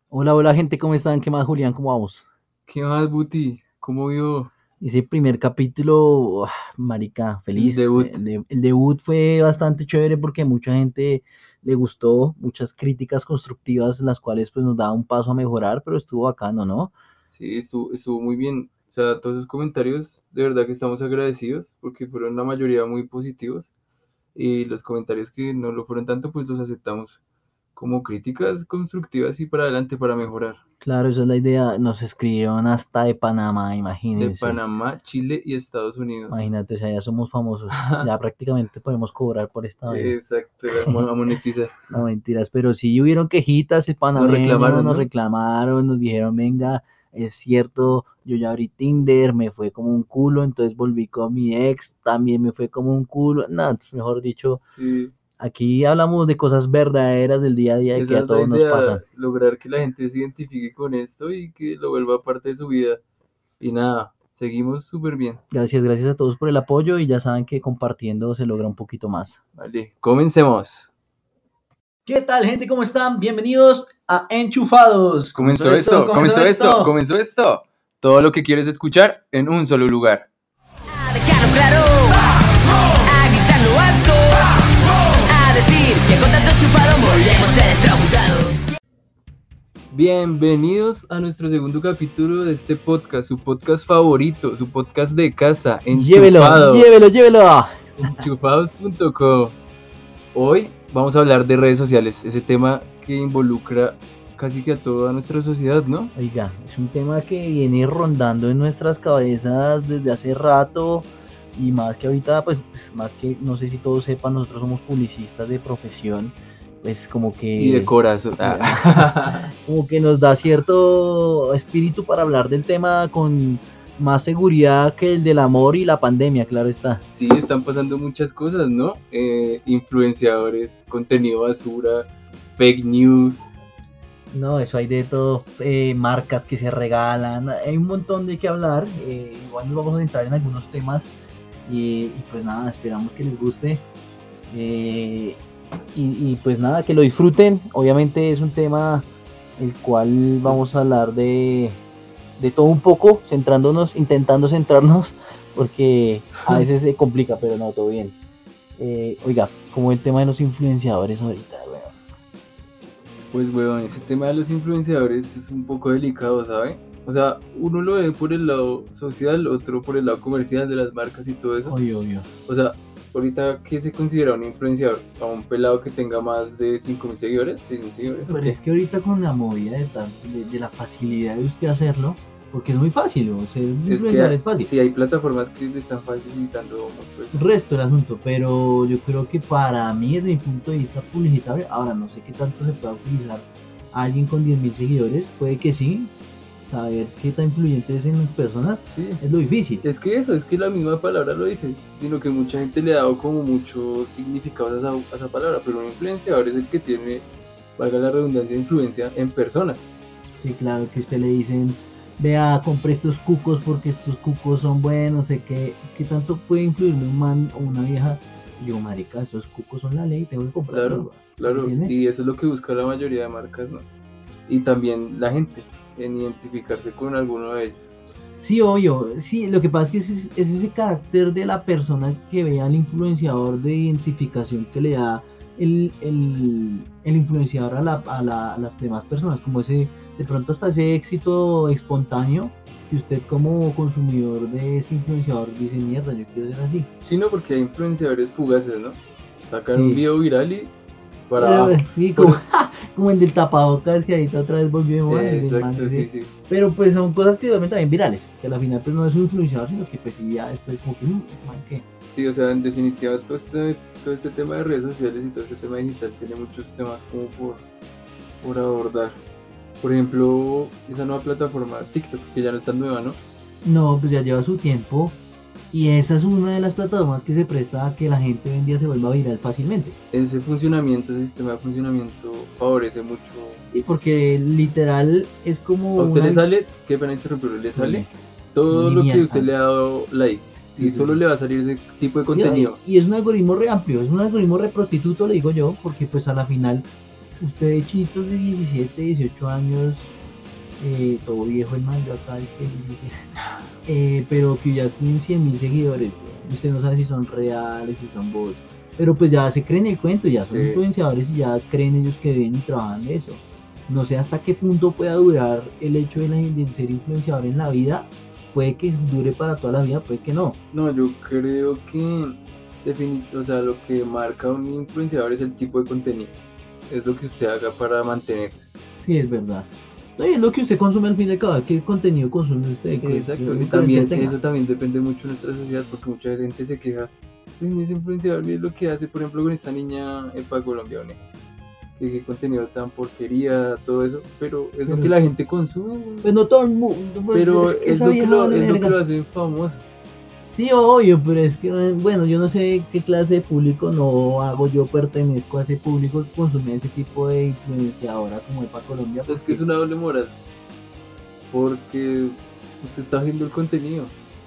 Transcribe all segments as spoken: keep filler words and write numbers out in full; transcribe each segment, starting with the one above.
Hola, hola gente, ¿cómo están? ¿Qué más, Julián? ¿Cómo vamos? ¿Qué más, Buti? ¿Cómo vio Ese primer capítulo, uf, marica, el feliz. debut? El, de- el debut fue bastante chévere porque mucha gente le gustó, muchas críticas constructivas, las cuales pues nos da un paso a mejorar, pero estuvo bacano, ¿no? Sí, estuvo, estuvo muy bien. O sea, todos esos comentarios, de verdad que estamos agradecidos porque fueron la mayoría muy positivos y los comentarios que no lo fueron tanto, pues los aceptamos como críticas constructivas y para adelante para mejorar. Claro, esa es la idea. Nos escribieron hasta de Panamá, De imagínense. Panamá, Chile y Estados Unidos. Imagínate, o sea, ya somos famosos. Ya prácticamente podemos cobrar por esta vaina. Exacto, era mo- a monetizar. No, mentiras, pero sí hubieron quejitas, el Nos panameño reclamaron, nos ¿no? reclamaron, nos dijeron, venga, es cierto, yo ya abrí Tinder, me fue como un culo, entonces volví con mi ex, también me fue como un culo, nada, pues mejor dicho, Sí, aquí hablamos de cosas verdaderas del día a día y que esa a es la todos nos idea, pasan. lograr que la gente se identifique con esto y que lo vuelva parte de su vida. Y nada, seguimos súper bien. Gracias, gracias a todos por el apoyo y ya saben que compartiendo se logra un poquito más. Vale, comencemos. ¿Qué tal, gente? ¿Cómo están? Bienvenidos a Enchufados. Comenzó Comenzó esto, esto, comenzó comenzó esto, esto. comenzó esto. Todo lo que quieres escuchar en un solo lugar. A dejarlo claro, a gritarlo alto, a decir que con tanto enchufado moriremos electrocutados. Bienvenidos a nuestro segundo capítulo de este podcast, su podcast favorito, su podcast de casa, Llévelo, Enchufados, llévelo, llévelo. enchufados punto com. Hoy vamos a hablar de redes sociales, ese tema que involucra casi que a toda nuestra sociedad, ¿no? Oiga, es un tema que viene rondando en nuestras cabezas desde hace rato y más que ahorita, pues, pues, más que, no sé si todos sepan, nosotros somos publicistas de profesión, pues como Y de que, corazón. Ah. como que nos da cierto espíritu para hablar del tema con más seguridad que el del amor y la pandemia, claro está. Sí, están pasando muchas cosas, ¿no? Eh, influenciadores, contenido basura, fake news. No, eso hay de todo, eh, marcas que se regalan, hay un montón de qué hablar, eh, igual nos vamos a entrar en algunos temas y, y pues nada, esperamos que les guste eh, y, y pues nada, que lo disfruten, obviamente es un tema el cual vamos a hablar de, de todo un poco, centrándonos, intentando centrarnos, porque a veces se complica, pero no, todo bien. Eh, oiga, como el tema de los influenciadores ahorita, weón. Pues, weón, ese tema de los influenciadores es un poco delicado, ¿sabe? O sea, uno lo ve por el lado social, otro por el lado comercial de las marcas y todo eso. Obvio, obvio. O sea, ahorita, ¿qué se considera un influenciador? ¿A un pelado que tenga más de cinco mil seguidores? ¿seis mil seguidores? ¿O Pero qué? es que ahorita con la movida de, tan- de, de la facilidad de usted hacerlo, porque es muy fácil, o sea, un Es influenciador que es fácil. sí hay plataformas que le están facilitando mucho El eso. resto del asunto, pero yo creo que para mí, desde mi punto de vista publicitario, ahora no sé qué tanto se pueda utilizar a alguien con diez mil seguidores, puede que sí, saber qué tan influyente es en las personas Sí. es lo difícil. Es que eso, es que la misma palabra lo dice, sino que mucha gente le ha dado como mucho significado a esa, a esa palabra, pero un influenciador es el que tiene, valga la redundancia, influencia en personas. Sí, claro, que usted le dicen, vea, compré estos cucos porque estos cucos son buenos, sé que, qué tanto puede influirme un man o una vieja. Y yo, marica, estos cucos son la ley, tengo que comprarlos. Claro, claro, ¿Entiende? y eso es lo que busca la mayoría de marcas, ¿no? Y también la gente, en identificarse con alguno de ellos. Sí, obvio, sí, lo que pasa es que es, es ese carácter de la persona que ve al influenciador de identificación que le da el, el, el influenciador a, la, a, la, a las demás personas, como ese, de pronto hasta ese éxito espontáneo que usted como consumidor de ese influenciador dice, mierda, yo quiero ser así. Sí, no, porque hay influenciadores fugaces, ¿no? Sacan Sí. un video viral y para Pero, abajo. sí, como, como el del tapabocas que ahorita otra vez volvió de moda. Eh, el del man exacto, ese. sí, sí. Pero pues son cosas que obviamente también virales, que al final pues no es un influenciador, sino que pues sí ya después como que, "Mm, ese man qué". Sí, o sea, en definitiva, todo este, todo este tema de redes sociales y todo este tema digital tiene muchos temas como por, por abordar. Por ejemplo, esa nueva plataforma TikTok, que ya no es tan nueva, ¿no? No, pues ya lleva su tiempo y esa es una de las plataformas que se presta a que la gente hoy en día se vuelva viral fácilmente. Ese funcionamiento, ese sistema de funcionamiento favorece mucho. Sí, porque literal es como A usted una... le sale, qué pena interrumpirlo, le sale Dime. todo Ni lo que mierda. usted le ha dado like. Sí, Y sí, solo sí. le va a salir ese tipo de Y, contenido. y es un algoritmo re amplio, es un algoritmo re prostituto, le digo yo, porque pues a la final usted ve chitos de diecisiete, dieciocho años, eh, todo viejo el man, yo acá es que diecisiete, eh, pero que ya tienen cien mil seguidores, weón. Usted no sabe si son reales, si son bots, pero pues ya se creen el cuento, ya son Sí. influenciadores y ya creen ellos que ven y trabajan de eso. No sé hasta qué punto pueda durar el hecho de, la, de ser influenciador en la vida, puede que dure para toda la vida, puede que no. No, yo creo que defini- o sea, lo que marca un influenciador es el tipo de contenido. Es lo que usted haga para mantenerse. Sí, es verdad. No, y es lo que usted consume al fin de cada qué contenido consume usted. que- Exacto, que- y que también entretenga. eso también depende mucho de nuestra sociedad, porque mucha gente se queja, "Ay, no es influenciador, mire lo que hace, por ejemplo, con esta niña Epa Colombiana, que qué contenido tan porquería, todo eso, pero es lo Pero- que la gente consume, güey. Pues no todo el mundo. pues, pero es que es esa lo que vieja lo, vale es lo que verga. lo hace famoso. Sí, obvio, pero es que, eh, bueno, yo no sé qué clase de público no hago, yo pertenezco a ese público que consume ese tipo de influenciadora como Epa Colombia. Es que porque- es una doble moral, porque usted está haciendo el contenido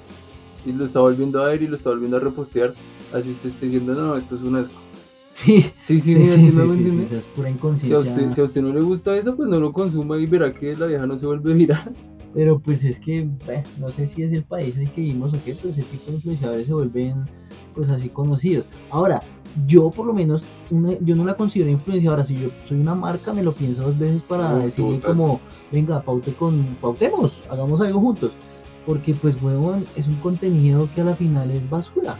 y lo está volviendo a ver y lo está volviendo a repostear, así usted esté diciendo, no, esto es un asco. Sí, Sí, sí, sí, mira, sí, sí, sí, me sí, sí, entiende. esa es pura Si a, inconsciencia. usted, si a usted no le gusta eso, pues no lo consuma y verá que la vieja no se vuelve viral. Pero pues es que, bueno, no sé si es el país en el que vivimos o qué, pero ese tipo de influenciadores se vuelven pues así conocidos. Ahora, yo por lo menos, una- yo no la considero influenciadora, si yo soy una marca me lo pienso dos veces para Uf, decirle total. como, venga, paute con, pautemos, hagamos algo juntos. Porque pues, huevón, es un contenido que a la final es basura.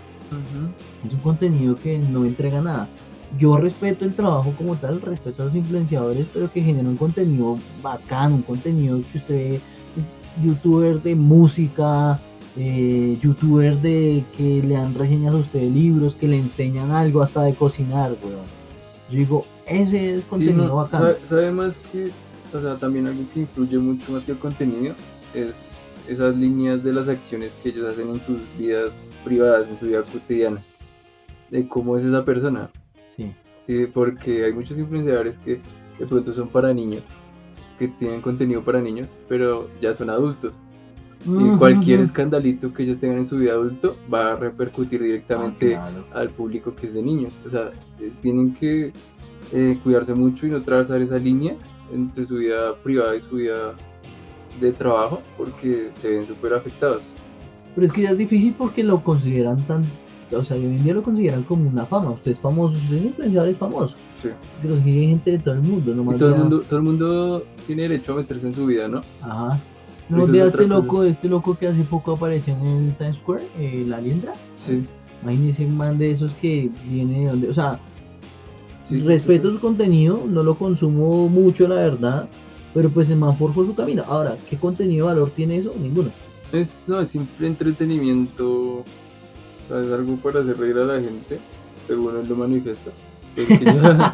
Es un contenido que no entrega nada. Yo respeto el trabajo como tal, respeto a los influenciadores, pero que generan un contenido bacán, un contenido que usted, youtuber de música, eh, youtuber de que le dan reseñas a usted de libros, que le enseñan algo hasta de cocinar, weón. Yo digo, ese es Sí, contenido no, bacán. sabe, sabe más que, o sea, también algo que influye mucho más que el contenido es esas líneas de las acciones que ellos hacen en sus vidas privadas, en su vida cotidiana, de cómo es esa persona. Sí. Sí, porque hay muchos influenciadores que de pronto son para niños, que tienen contenido para niños, pero ya son adultos. Y cualquier Ujú. escandalito que ellos tengan en su vida adulto va a repercutir directamente Ah, claro. al público que es de niños. O sea, eh, tienen que eh, cuidarse mucho y no trazar esa línea entre su vida privada y su vida de trabajo, porque se ven súper afectados. Pero es que ya es difícil porque lo consideran tan, o sea, hoy en día lo consideran como una fama. Usted es famoso, usted es influenciador, es famoso. Sí. Pero sí hay gente de todo el mundo, Y nomás todo el, vea- mundo, todo el mundo tiene derecho a meterse en su vida, ¿no? Ajá. No Eso es vea otra este cosa. loco, este loco que hace poco apareció en el Times Square, eh, la Liendra. Sí. Imagínese un man de esos que viene de donde, o sea, Sí, respeto sí, su contenido, no lo consumo mucho la verdad, pero pues el man forjó su camino. Ahora, ¿qué contenido de valor tiene eso? Ninguno. Es, no, es simple entretenimiento, o sea, es algo para hacer reír a la gente, según él lo manifiesta. Porque ya-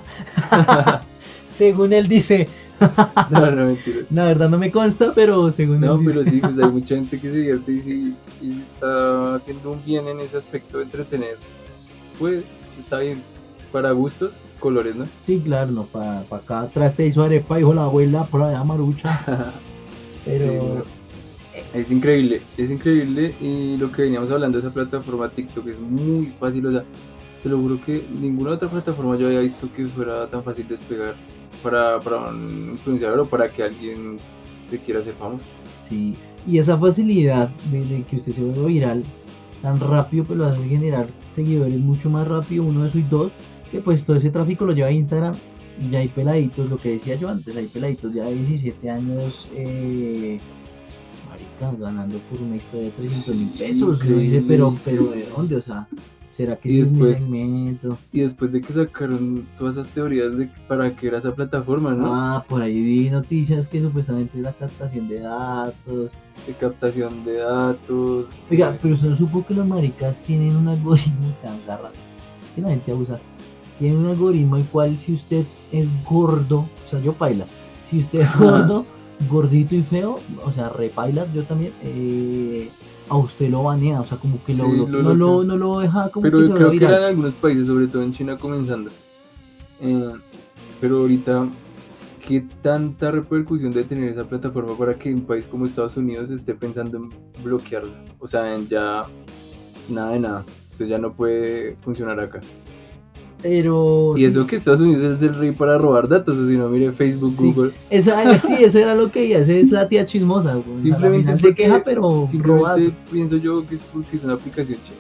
Según él dice, no, no, mentira. la verdad no me consta, pero según No, él dice. pero sí, pues hay mucha gente que se divierte y si, y si está haciendo un bien en ese aspecto de entretener, pues está bien. Para gustos, colores, ¿no? Sí, claro, no, para acá atrás te hizo arepa, dijo la abuela, por allá marucha. Pero Sí, bueno, es increíble, es increíble y lo que veníamos hablando de esa plataforma TikTok es muy fácil, o sea, te lo juro que ninguna otra plataforma yo había visto que fuera tan fácil despegar para, para un influenciador o para que alguien que quiera ser famoso. sí, y esa facilidad de, de que usted se vuelva viral tan rápido, pues lo hace generar seguidores mucho más rápido, uno de esos y dos, que pues todo ese tráfico lo lleva a Instagram y ya hay peladitos, lo que decía yo antes, hay peladitos ya de diecisiete años, eh, marica, ganando por una historia de trescientos mil Sí, pesos, y uno dice, increíble. pero, pero ¿de dónde? O sea, ¿será que Y sí es mi después- segmento? Y después de que sacaron todas esas teorías de para qué era esa plataforma, ¿no? Ah, por ahí vi noticias que supuestamente es la captación de datos. De captación de datos. Oiga, eh, pero usted no supo que los maricas tienen un algoritmo que agarra, que la gente abusa. Tienen un algoritmo el cual si usted es gordo, o sea, yo paila, si usted es gordo, gordito y feo, o sea, repaila, yo también, eh, a usted lo banea, o sea, como que lo, Sí, lo- lo- no, lo lo, que- no lo deja como pero que se vea creo que era en viral. algunos países, sobre todo en China comenzando. Eh, pero ahorita, ¿qué tanta repercusión debe tener esa plataforma para que un país como Estados Unidos esté pensando en bloquearla? O sea, en ya nada de nada. Usted ya no puede funcionar acá. Pero Y sí, eso que Estados Unidos es el rey para robar datos, o si no, mire Facebook, Sí. Google. esa, sí, eso era lo que ella hace, es la tía chismosa, güey. O sea, al Simplemente final es se porque- queja, pero roba. Simplemente pienso yo que es porque es una aplicación chévere.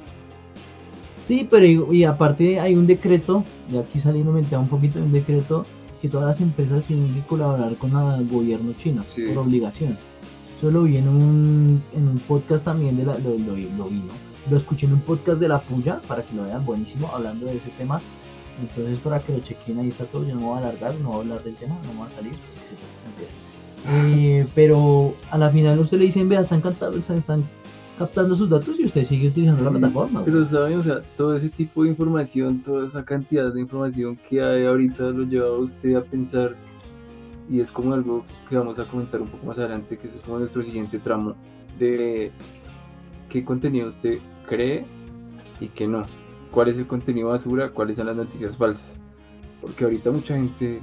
Sí, pero y, y aparte hay un decreto, de aquí saliendo me un poquito, hay un decreto que todas las empresas tienen que colaborar con el gobierno chino, Sí. por obligación. Eso lo vi en un, en un podcast también de la, lo, lo, vi- lo vi, ¿no? Lo escuché en un podcast de La Puya, para que lo vean, buenísimo, hablando de ese tema. Entonces para que lo chequen, ahí está todo, yo no me voy a alargar, no voy a hablar del tema, no me voy a salir, etcétera. Eh, pero a la final usted le dicen, vea, están, cantando, están captando sus datos y usted sigue utilizando la Sí, plataforma. güey. pero saben, o sea, todo ese tipo de información, toda esa cantidad de información que hay ahorita lo lleva a usted a pensar, y es como algo que vamos a comentar un poco más adelante, que es como nuestro siguiente tramo de qué contenido usted cree y qué no, cuál es el contenido basura, cuáles son las noticias falsas, porque ahorita mucha gente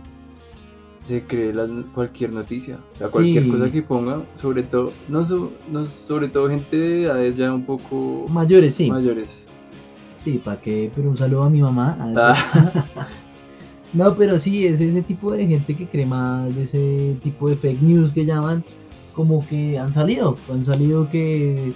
se cree la- cualquier noticia, o sea, cualquier Sí. cosa que pongan, sobre todo, no, so- no sobre todo gente de edades ya un poco Mayores, sí. mayores. Sí, ¿para qué? Pero un saludo a mi mamá. A ver, Ah, No, pero sí, es ese tipo de gente que cree más de ese tipo de fake news que llaman, como que han salido, han salido que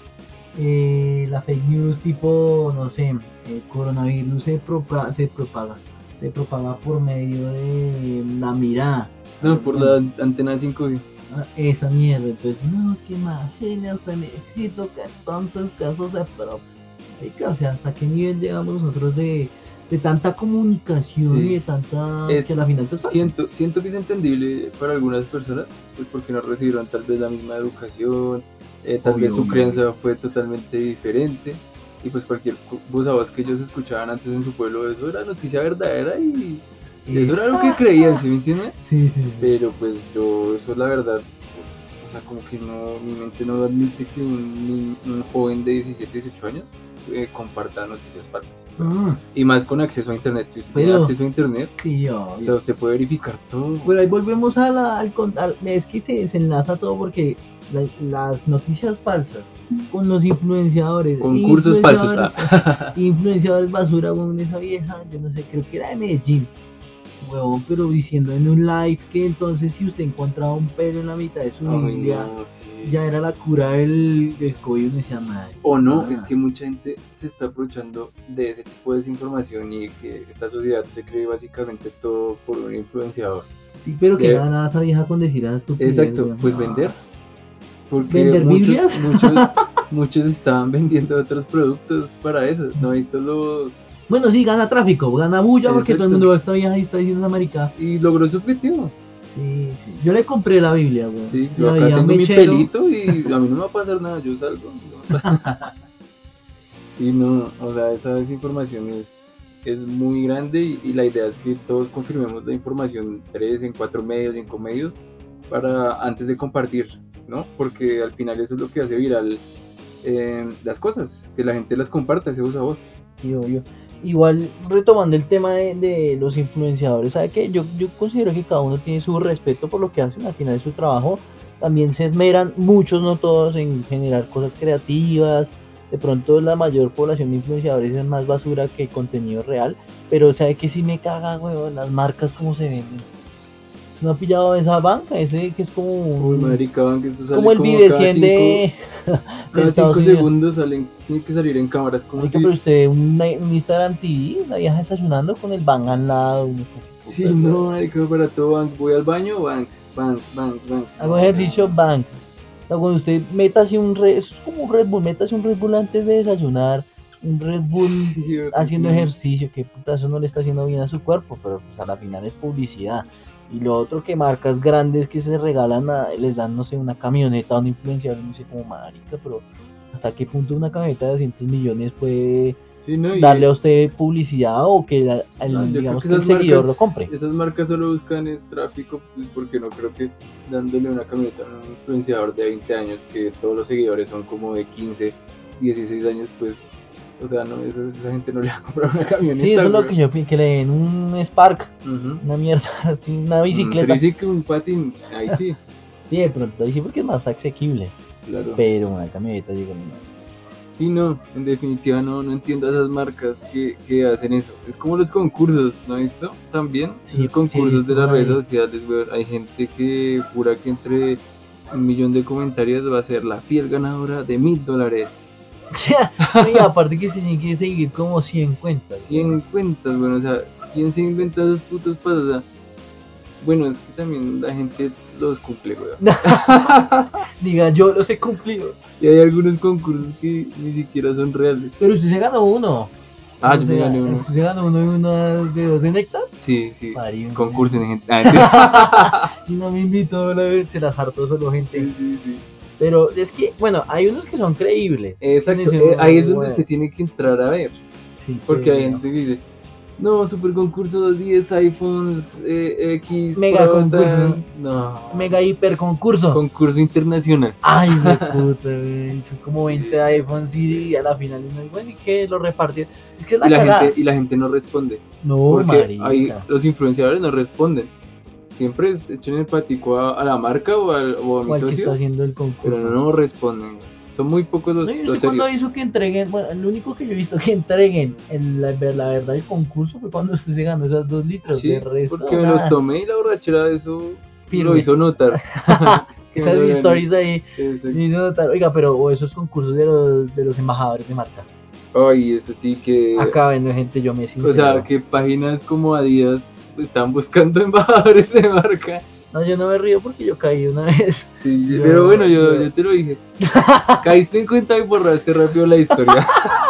eh, la fake news tipo, no sé, el coronavirus se, propa- se propaga, se propaga por medio de la mirada. no, por la antena cinco G. Ah, esa mierda, entonces, no, que imagínate, necesito que entonces que eso se propaga, o sea, hasta qué nivel llegamos nosotros de, de tanta comunicación Sí. y de tanta, Es- que a la final pues falso. Siento, siento que es entendible para algunas personas, pues porque no recibieron tal vez la misma educación, eh, tal Obvio, vez su obvio, crianza fue totalmente diferente, y pues cualquier co- voz a voz que ellos escuchaban antes en su pueblo, eso era noticia verdadera y Eh, eso era lo que creían, ¿sí me entiendes? Sí, sí, sí. Pero pues yo, eso es la verdad, o sea, como que no, mi mente no admite que un, ni- un joven de diecisiete, dieciocho años eh, comparta noticias falsas. Mm, Y más con acceso a internet, si usted Pero- tiene acceso a internet, sí, o obvio. sea, usted puede verificar todo. Pero ahí volvemos a la, al, con- al- es que se, se enlaza todo porque la- las noticias falsas con los influenciadores, Con cursos falsos. influenciadores, ah. influenciadores basura, weón, esa vieja, yo no sé, creo que era de Medellín, huevón, pero diciendo en un live que entonces si usted encontraba un pelo en la mitad de su Ay, Biblia, no, sí. ya era la cura del, del COVID, me decía, madre. O no, Ah. es que mucha gente se está aprovechando de ese tipo de desinformación y que esta sociedad se cree básicamente todo por un influenciador. Sí, pero que Eh, ganaba esa vieja con decir a estupidez. Exacto, weón. pues Ah. vender. Porque ¿Vender muchos, Biblias? muchos, muchos estaban vendiendo otros productos para eso. No he visto los. Bueno, sí, gana tráfico, gana bulla porque Exacto. todo el mundo va a esta vieja y está diciendo esa marica. Y logró su objetivo. Sí, sí. Yo le compré la Biblia, weón. Sí, Y yo acá había tengo mi mechero. pelito y a mí no me va a pasar nada, yo salgo. ¿no? Sí, no, o sea, esa desinformación es, es muy grande y, y la idea es que todos confirmemos la información tres, en cuatro medios, cinco medios, para antes de compartir, ¿no? Porque al final eso es lo que hace viral eh, las cosas, que la gente las comparta, ese voz a voz. Sí, obvio. Igual, retomando el tema de, de los influenciadores, ¿sabe qué? Yo, yo considero que cada uno tiene su respeto por lo que hacen al final de su trabajo. También se esmeran, muchos, no todos, en generar cosas creativas. De pronto la mayor población de influenciadores es más basura que contenido real. Pero ¿sabe qué? Sí me caga, weón, las marcas como se venden. ¿Se no ha pillado esa banca? Ese que es como Uy, un... marica, van que esto sale como el como Vive cada cien cinco- de, de Cada Estados cinco Unidos. segundos salen, tiene que salir en cámaras, como Marica, si... pero usted, un, un Instagram T V, la vieja desayunando con el bang al lado. uno, puta, Sí, weón. no, marica, para todo bank, voy al baño, bank, bank, bank, bank. Hago ejercicio, bank. O sea, cuando usted métase un Red, eso es como un Red Bull, métase un Red Bull antes de desayunar, un Red Bull Sí, yo- haciendo ejercicio, que puta, eso no le está haciendo bien a su cuerpo, pero pues a la final es publicidad. Y lo otro que marcas grandes que se regalan, a- les dan, no sé, una camioneta a un influenciador, no sé, como marica, pero hasta qué punto una camioneta de doscientos millones puede Sí, no, y- darle a usted publicidad o que la- el, No, yo creo digamos que que el esas seguidor marcas- lo compre. Esas marcas solo buscan es tráfico, pues, porque no creo que dándole una camioneta a un influenciador de veinte años, que todos los seguidores son como de quince, dieciséis años, pues, o sea, no, esa, esa gente no le va a comprar una camioneta. Sí, eso es lo güey. que yo pi- que le den un Spark, Ujú. una mierda, así, una Un bicicleta. triciclo, un patín, ahí sí, Sí, de pronto, ahí sí porque es más asequible, claro. pero una camioneta, digo, no. Sí, no, en definitiva no, no entiendo a esas marcas que, que hacen eso. Es como los concursos, ¿no has visto? También, Sí, los concursos sí, de las por redes ahí. sociales, weón. Hay gente que jura que entre un millón de comentarios va a ser la fiel ganadora de mil dólares. No, y aparte que se tiene que seguir como cien cuentas. cien cuentas, bueno, o sea, ¿quién se inventa esos putos pasos? O sea, bueno, es que también la gente los cumple, weón. Diga, yo los he cumplido. Y hay algunos concursos que ni siquiera son reales. Pero usted se ganó uno. Ah, yo Usted me ga- gané uno. ¿Usted se ganó uno de unos de dos de néctar? Sí, sí. Parió, Concursen, gente. Ah, Y no me invitó, la vez, se las hartó solo gente. sí, sí, sí. Pero es que, bueno, hay unos que son creíbles. Exacto, Dice, eh, ahí es donde bueno, usted tiene que entrar a ver. sí, Porque hay pero- gente que dice, no, super concurso, diez iPhones eh, X, Mega Pro, concurso. tan- no, Mega hiper concurso. concurso internacional. Ay, de puta, güey. Son como veinte iPhones y a la final uno, bueno, ¿y qué? Lo repartieron. Es que es la Y la, cagada. gente, y la gente no responde. No, Porque marica. ahí los influenciadores no responden. Siempre es- echan el patico a, a la marca o, al, o a mi ¿Cuál que está socio, haciendo el concurso? pero no responden. Son muy pocos los, No, yo los sé cuando serios. hizo que entreguen, bueno, lo único que yo he visto que entreguen en la, la verdad el concurso fue cuando usted se ganó esos dos litros Sí, de resto. porque me nada. los tomé y la borrachera de eso Firme. lo hizo notar. Que me Esas lo gané. stories ahí Exacto. me hizo notar, oiga, pero o esos concursos de los, de los embajadores de marca. Ay, eso sí que... Acá vendo gente, yo me O sincero. sea, que páginas como Adidas están buscando embajadores de marca. No, yo no me río porque yo caí una vez. Sí, Yo- pero bueno, yo, yo- yo te lo dije. Caíste en cuenta y borraste rápido la historia.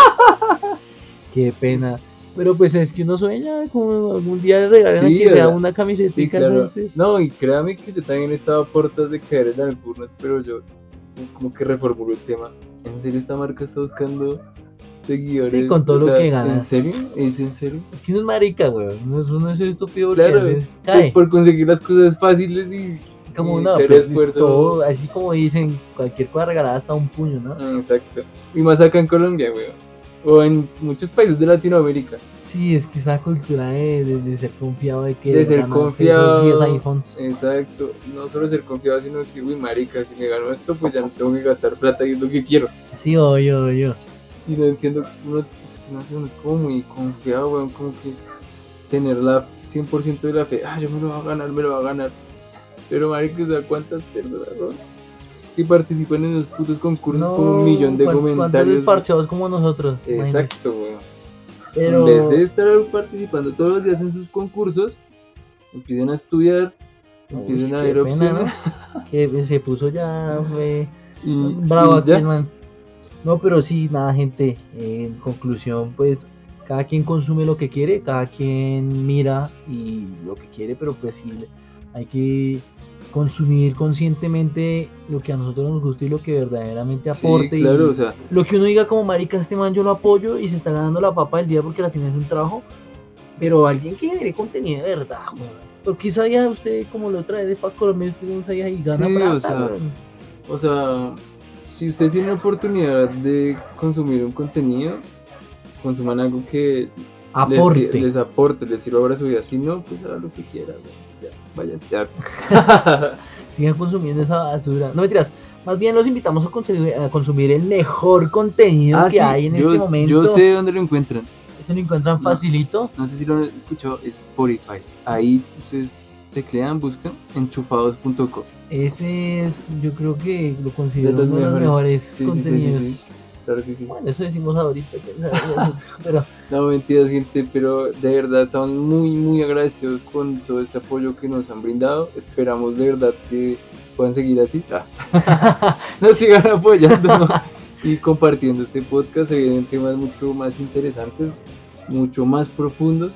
Qué pena. Pero pues es que uno sueña como algún día le regalen Sí, que sea ¿verdad? una camiseta. Sí, claro. No, y créame que yo también estaba a puertas de caer en algunos, pero yo como que reformulo el tema. ¿En serio esta marca está buscando seguidores? Sí, con todo O lo sea, que gana. ¿En serio? ¿Es en serio? Es que uno es marica, güey. Uno es, uno es estúpido porque Claro, a veces por, cae. por conseguir las cosas fáciles y... Como y una, cero pues, esfuerzo. todo, así como dicen, cualquier cosa regalada hasta un puño, ¿no? Ah, exacto. Y más acá en Colombia, weón. O en muchos países de Latinoamérica. Sí, es que esa cultura de, de, de ser confiado, de que De ser ganarse confiado. esos diez iPhones. Exacto. No solo ser confiado, sino que, uy, marica, si me gano esto, pues ya no tengo que gastar plata y es lo que quiero. Sí, oye, oye. Y no entiendo, uno, es que no sé, uno es como muy confiado, weón, como que tener la cien por ciento de la fe. Ah, yo me lo voy a ganar, me lo voy a ganar. Pero, marica, o sea, ¿cuántas personas son que participan en esos putos concursos con un millón de ¿cuán- ¿Cuántos comentarios? desparchados como nosotros? Imagínese. Exacto, weón. Pero... En vez de estar participando todos los días en sus concursos, empiecen a estudiar, Uy, empiecen a qué ver pena, opciones. ¿no? Que se puso ya, fue Y, bravo y aquí ya. el man. No, pero sí, nada, gente. eh, en conclusión, pues cada quien consume lo que quiere, cada quien mira y lo que quiere, pero pues sí, hay que consumir conscientemente lo que a nosotros nos gusta y lo que verdaderamente aporte. Sí, claro, y o sea, lo que uno diga como marica, este man yo lo apoyo y se está ganando la papa del día porque al final es un trabajo, pero alguien que genere contenido de verdad, weón. Porque sabía usted como lo trae de Paco Colombia, usted no sabía y gana Sí, o plata, sea, weón. o sea, si ustedes tienen la oportunidad de consumir un contenido, consuman algo que Aporte. Les, les aporte, les sirva para su vida. Si no, pues hagan lo que quieran, weón. Ya, vaya a estar. Sigan consumiendo esa basura. No mentiras, más bien los invitamos a consumir, a consumir el mejor contenido Ah, que sí, hay en yo, este momento. yo sé dónde lo encuentran. Se lo encuentran No. facilito. No sé si lo han escuchado, es Spotify. Ahí ustedes teclean, buscan enchufados punto com. Ese es, yo creo que lo De considero los uno de los mejores Sí, sí, sí, sí, contenidos. sí. Claro que sí. Bueno, eso decimos ahorita, quién sabe, pero No, mentiras, gente, pero de verdad estamos muy, muy agradecidos con todo ese apoyo que nos han brindado. Esperamos de verdad que puedan seguir así. Ah. Nos sigan apoyando, ¿no? Y compartiendo este podcast. Se vienen temas mucho más interesantes, mucho más profundos.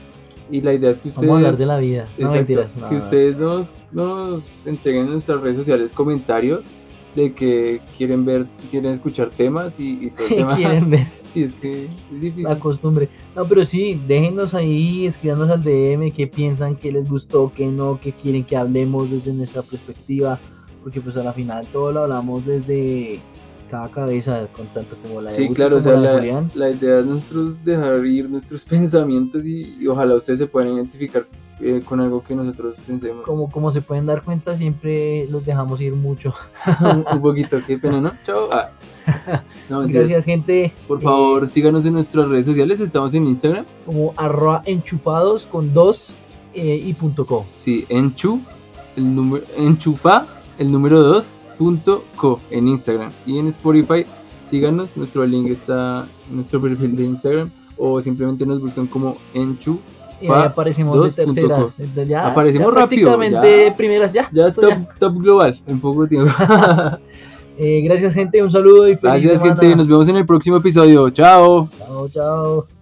Y la idea es que ustedes. vamos a hablar de la vida. No Exacto, mentiras. no, que no. ustedes nos, nos entreguen en nuestras redes sociales comentarios de que quieren ver, quieren escuchar temas y, y todo el tema. quieren ver Sí, es que es difícil. la costumbre. No, pero sí, déjenos ahí, escríbanos al D M qué piensan, qué les gustó, qué no, qué quieren que hablemos desde nuestra perspectiva, porque pues a la final todo lo hablamos desde cada cabeza, con tanto como la de Sí, Guti claro, o como sea, la de la, Julián. la idea es nosotros dejar ir nuestros pensamientos y, y ojalá ustedes se puedan identificar eh, con algo que nosotros pensemos. Como, como se pueden dar cuenta, siempre los dejamos ir mucho. un, un poquito, qué pena, ¿no? Chao. Ah. No, mentiras. Gracias, gente. Por favor, Eh, síganos en nuestras redes sociales. Estamos en Instagram. como arroba enchufados con dos eh, y punto co. Sí, enchu, el número, enchufa, el número dos punto co en Instagram. Y en Spotify, síganos. Nuestro link está en nuestro perfil de Instagram. O simplemente nos buscan como enchu. Y ahí aparecemos dos de punto terceras. co. Entonces ya, Aparecemos ya rápido, prácticamente ya. primeras, ya. Ya es eso top, top global en poco tiempo. Eh, gracias, gente. Un saludo y feliz Gracias, semana. gente. Nos vemos en el próximo episodio. Chao. Chao, chao.